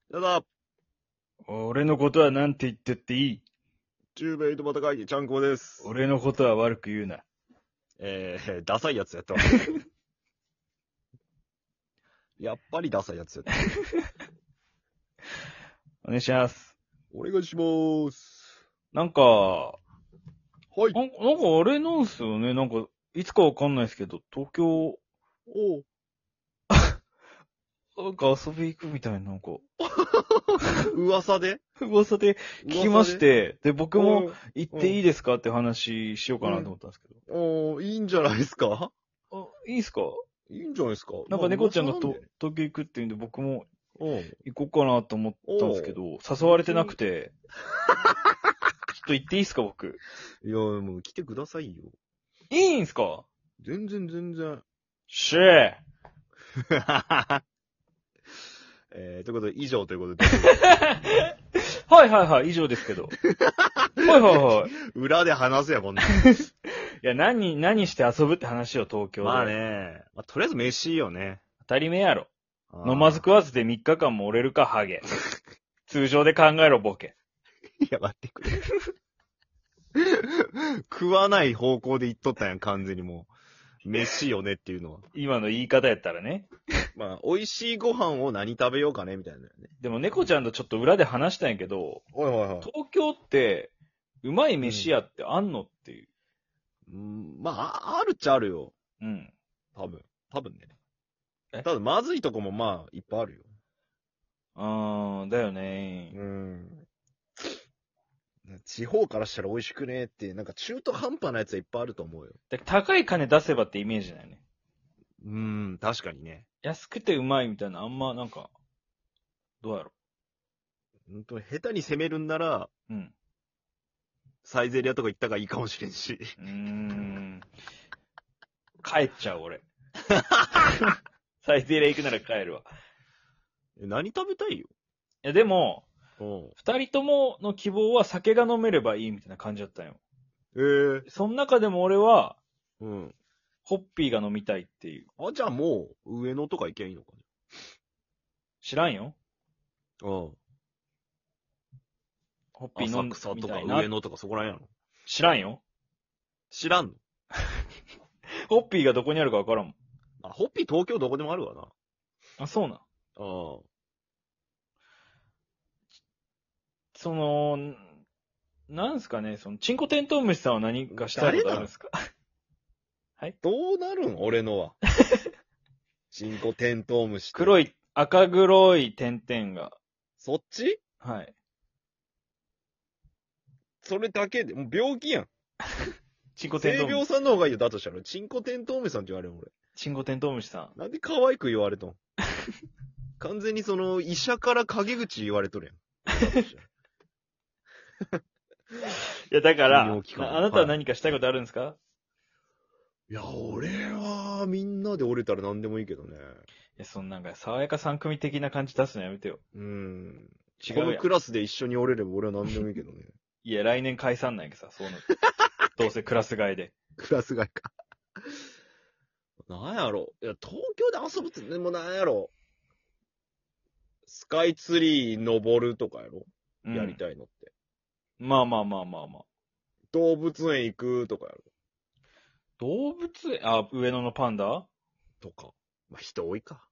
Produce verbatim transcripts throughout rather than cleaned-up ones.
ただ、 俺のことはなんて言ってっていい。 中米とまた会議、ちゃんこです。 俺のことは悪く言うな。 えー、ダサいやつやったわ。やっぱりダサいやつやった。 お願いします。 お願いしまーす。 なんか、 はい。 なんか、なんかあれなんすよね。なんか、いつかわかんないですけど、東京、 おう。 なんか遊び行くみたいな、なんか、 噂で噂で聞きまし。て、で、僕も噂で行っていいですかって話しようかなと思ったんですけど。 おーおーいいんじゃないですかあ、いいっすか？ いいんじゃないですかなんか猫ちゃんがとまあ噂なんで東京行くって言うんで僕もうん。 行こうかなと思ったんですけど、誘われてなくて、ちょっと行っていいっすか僕。 いや、もう来てくださいよ。 いいんすか？ 全然全然。 シェーえー、ということで、以上ということで。 はいはいはい、以上ですけど。はいはいはい。 裏で話せや、こんなん。 いや、何、何して遊ぶって話よ、東京で。 まあね。まあ、とりあえず飯いいよね。 当たり前やろ。 あー飲まず食わずでみっかかんも折れるか、ハゲ。通常で考えろ、ボケ。 いや、待ってくれ。食わない方向で言っとったやん、完全にもう。飯よねっていうのは。 今の言い方やったらね。 まあ、美味しいご飯を何食べようかね、みたいなね。 でも猫ちゃんとちょっと裏で話したんやけど、 はいはいはい。 東京って、うまい飯屋ってあんのっていう。 うん、まあ、ああるっちゃあるよ。 うん。 多分。多分ね。 えただ、まずいとこもまあ、いっぱいあるよ。 あー、だよね。 うん。地方からしたら美味しくねえって、なんか中途半端なやつはいっぱいあると思うよ。 で高い金出せばってイメージだよね。 うん、確かにね。 安くてうまいみたいな、あんまなんか、どうやろ本当に下手に攻めるんなら、 う。うん。 サイゼリアとか行った方がいいかもしれんし。 うーん。帰っちゃう、俺。サイゼリヤ行くなら帰るわ。 え何食べたいよ。 いや、でも、 うん。 二人ともの希望は酒が飲めればいいみたいな感じだったんよ。 ええー。 その中でも俺は、 うん。 ホッピーが飲みたいっていう。 あ、じゃあもう、上野とか行けばいいのか知らんよ。 な。うん。 ホッピー飲ん浅草とかみたいな上。野とかそこら辺やろ。 知らんよ。 知らんのホッピーがどこにあるかわからんもん。 あ、ホッピー東京どこでもあるわな。 あ、そうなん。 ああ。 その、なんすかね、その、チンコテントウムシさんは何かしたいことあるんですか？ どうなるん俺のは。チンコテントウムシって。 黒い、赤黒い点々が。 そっちはい。 それだけで、もう病気やん。 チンコテン性トウムシ。 病さんの方がいいよ。だとしたら。チンコテントウムシさんって言われる俺。 チンコテントウムシさん。 なんで可愛く言われとん完全にその、医者から陰口言われとるやん。だとしたらいや、だから、 泌尿器科なあなたは何かしたいことあるんですか？ いや、俺は、みんなで折れたら何でもいいけどね。 いや、そんなんか、爽やかさん組的な感じ出すのやめてよ。 うん。 違このうやん。 クラスで一緒に折れれば俺は何でもいいけどね。 いや、来年解散なんやけどさ、そうなる。どうせクラス替えで。 クラス外か。なんやろ。いや、東京で遊ぶって、でもなんやろ。スカイツリー登るとかやろ、 うん、 やりたいのって。 まあまあまあまあまあ。 動物園行くとかやろ動物園、あ、上野のパンダとか。まあ、人多いか。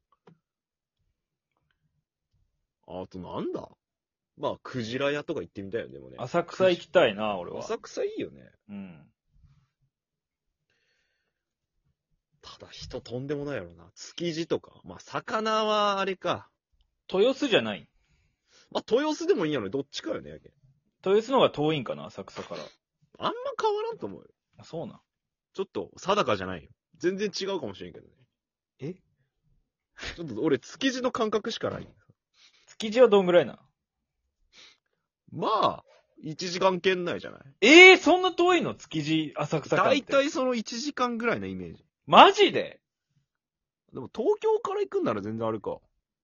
あとなんだまあ、クジラ屋とか行ってみたいよね、でもね。 浅草行きたいな、俺は。 浅草いいよね。 うん。 ただ人とんでもないやろな。築地とか。まあ、魚はあれか。 豊洲じゃない。 まあ、豊洲でもいいんやろ。どっちかよね、やけん。 豊洲の方が遠いんかな、浅草から。 あんま変わらんと思うよ。 あ、そうなん。 ちょっと、定かじゃないよ。全然違うかもしれんけどね。 えちょっと俺、築地の感覚しかない。 築地はどんぐらいな？ まあ、いちじかん圏内じゃないええー、そんな遠いの？築地、浅草間って。 だいたいそのいちじかんぐらいのイメージ。 マジで？ でも東京から行くんなら全然あるか。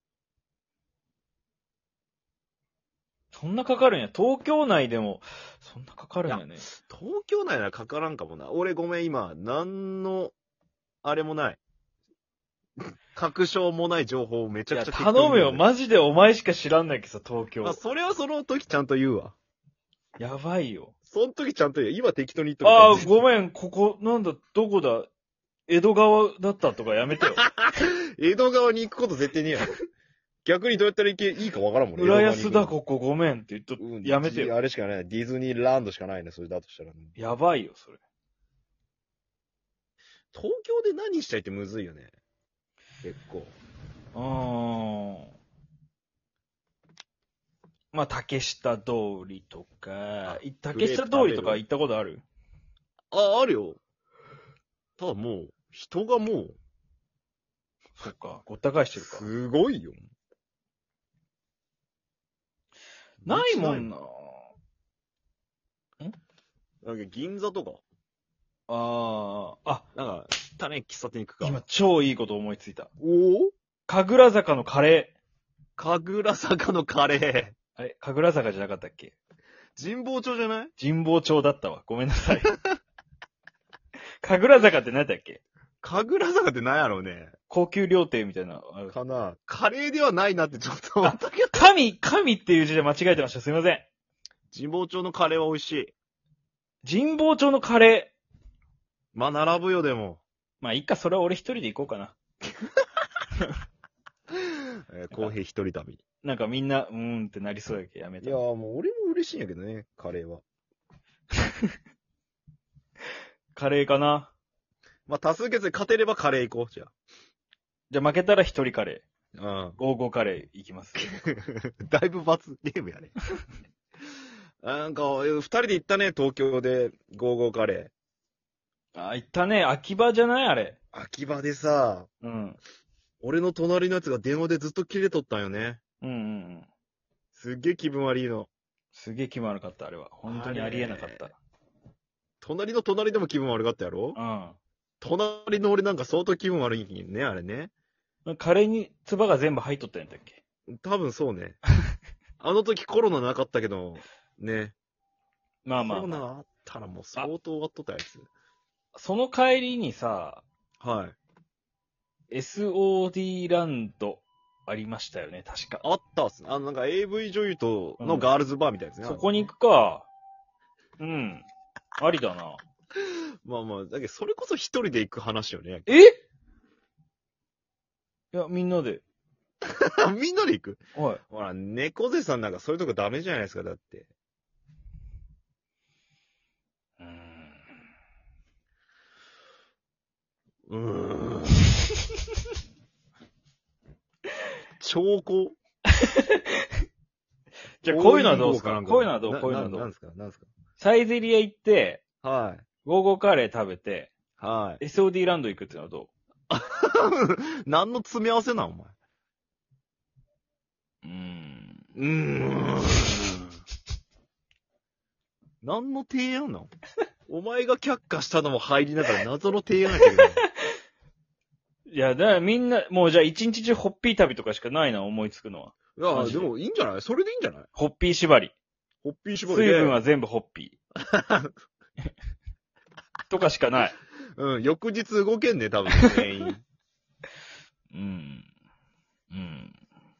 そんなかかるんや。東京内でも、そんなかかるんやね。 東京内ならかからんかもな。俺ごめん、今、なんの、あれもない。 確証もない情報をめちいや、 ゃくちゃ適当に頼むよ。 言うマジでお前しか知らんないけどさ、東京まあ、。それはその時ちゃんと言うわ。 やばいよ。 その時ちゃんと言う。今適当に言っとくああ、 ん。 ごめん、ここ、なんだ、どこだ、江戸川だったとかやめてよ。 江戸川に行くこと絶対ねえやろ。逆にどうやったら行け、いいかわからんもんね。 浦安だ、 江戸川に行くのここごめんって言っと、 うんやめてよ。 あれしかない。ディズニーランドしかないね。それだとしたら、ね。 やばいよ、それ。 東京で何したいってむずいよね。結構。 うーん。まあ、竹下通りとか、い竹下通りとか行ったことある？ あ、あるよ。ただもう、人がもう、 そっか、ごった返してるか。 すごいよ。 ないもんな。 なんか銀座とか、 ああ、あ、 なんか、汚ね、喫茶店行くか。 今超いいこと思いついた。 おお神楽坂のカレ神楽坂のカレー。 ー。あれ神楽坂じゃなかったっけ？ 神保町じゃない神保町だったわ。ごめんなさい。神楽坂って何だっけ？ 神楽坂って何やろうね。 高級料亭みたいな。あるかな。カレーではないなってちょっと思ったけど。 神、神っていう字で間違えてました。すいません。 神保町のカレーは美味しい。 神保町のカレまあ、並ぶよ、でも。 ー。まあ、いいか、それは俺一人で行こうかな。 えー、公平一人旅。 なんかみんな、うーんってなりそうやけどやめたいや。ーもう俺も嬉しいんやけどね、カレーは。 カレーかな。 まあ、多数決で勝てればカレー行こう、じゃじゃあ負けたら一人カレー。 あ。 ゴーゴーカレー行きます。 うん。だいぶ罰ゲームやね。なんか、二人で行ったね、東京で、ゴーゴーカレあ、行ったね。秋葉じゃないあれ。 ー。秋葉でさ、 うん。 俺の隣のやつが電話でずっと切れとったんよね。 うんうんうん。 すっげえ気分悪いの。 すげえ気分悪かった、あれは。本当にありえなかった。 隣の隣でも気分悪かったやろ隣の俺なんか相当気分悪いね、あれね。 うん。カレーに唾が全部入っとったんやったっけ？ 多分そうね。あの時コロナなかったけど、ね。 まあまあ、 コロナあったらもう相当終わっとったやつ。 その帰りにさ、 はい。 エスオーディー ランドありましたよね、確か。 あったっすね。あの、なんか エーブイ 女優とのガールズバーみたいですね。 そこに行くか。うん。ありだな。 まあまあ、だけどそれこそ一人で行く話よね。 えいや、みんなで。 みんなで行くはい。 ほら、猫背さんなんかそういうとこダメじゃないですか、だって。 うーん。 うーん。兆候じゃあ、こういうのはどうですか？ なんこういうのはどうこういうのはどうなんですかなんですかサイゼリア行って、 はい。 ゴーゴーカレー食べて、 はい。 エスオーディー ランド行くっていうのはど何の詰め合わせなん、お前。 う？うーん。 うーん。何の提案なのお前が却下したのも入りながら謎の提案やけど。 いや、だからみんな、もうじゃあ一日中ホッピー旅とかしかないな、思いつくのは。 いや、 マジででもいいんじゃないそれでいいんじゃないホッピー縛り。 ホッピー絞りで。 水分は全部ホッピー。とかしかない。 うん、翌日動けんね、多分、全員。 うん。うん。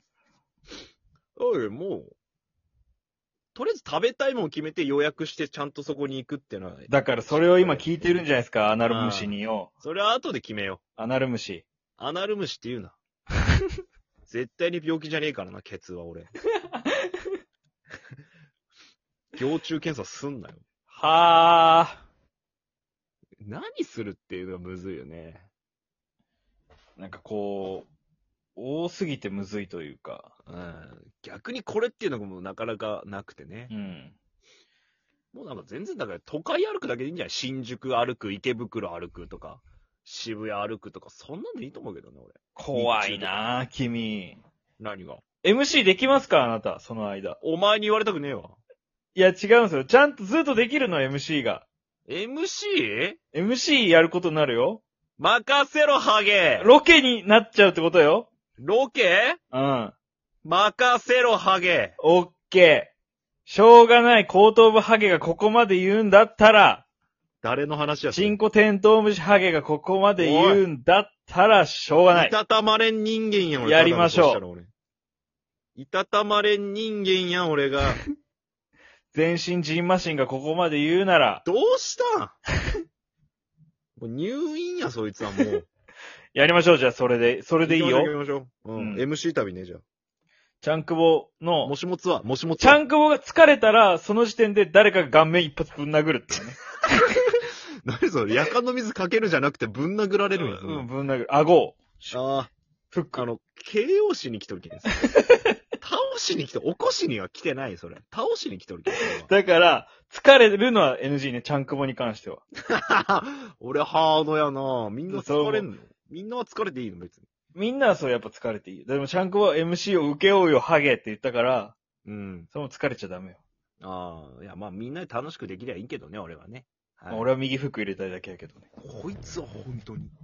おい、もう、とりあえず食べたいもん決めて予約してちゃんとそこに行くっていうのは、 だからそれを今聞いてるんじゃないですか、アナル虫によ。 それは後で決めよアナル虫。 う。アナル虫って言うな。絶対に病気じゃねえからな、ケツは俺。蟯虫検査すんなよ。 はあ。 何するっていうのがむずいよね。 なんかこう、多すぎてむずいというか。 うん。逆にこれっていうのがもうなかなかなくてね。 うん。 もうなんか全然だから都会歩くだけでいいんじゃない新宿歩く、池袋歩くとか、渋谷歩くとか、そんなんでいいと思うけどね、俺。 怖いなあ、君。 何がエムシー できますかあなた、その間。 お前に言われたくねえわ。 いや、違うんですよ。ちゃんとずっとできるの、エムシー が。 エムシー? エムシー やることになるよ。 任せろ、ハゲロケになっちゃうってことよ。 ロケうん。 任せろ、ハゲオッケー。しょうがない後頭部ハゲがここまで言うんだったら、 誰の話やそれチンコテントウムシハゲがここまで言うんだったらしょうがないい。たたまれん人間やん、俺。 やりましょうただのそうしたら俺。いたたまれん人間やん、俺が。 全身ジンマシンがここまで言うなら、 どうしたんもう入院や、そいつはもう。 やりましょう、じゃあそれで、それでいい行きよ。 ましょう。行きましょう。うん。 うんエムシー 旅ね、じゃあ。 ちゃんくぼのも、しもつは、もしもつちゃんくぼが疲れたら、その時点で誰かが顔面一発ぶん殴るっていうね。 何それ、夜間の水かけるじゃなくてぶん殴られるんや。 うん、ぶん殴る。顎を。 ああ、 フック。 あの、形容詞に来とるけん。倒しに来て、起こしには来てない、それ。倒しに来とるけん。 だから、疲れるのは エヌジー ね、ちゃんくぼに関しては。 俺ハードやな。みんな疲れんの？みんなは疲れていいの別に。 みんなはそうやっぱ疲れていい。でもちゃんくぼは エムシー を受けようよ、ハゲって言ったから、 うん。 それも疲れちゃダメよ。 ああ、いや、まあみんなで楽しくできりゃいいけどね、俺はね。はい、 俺は右フック入れたいだけやけどね。 こいつは本当に。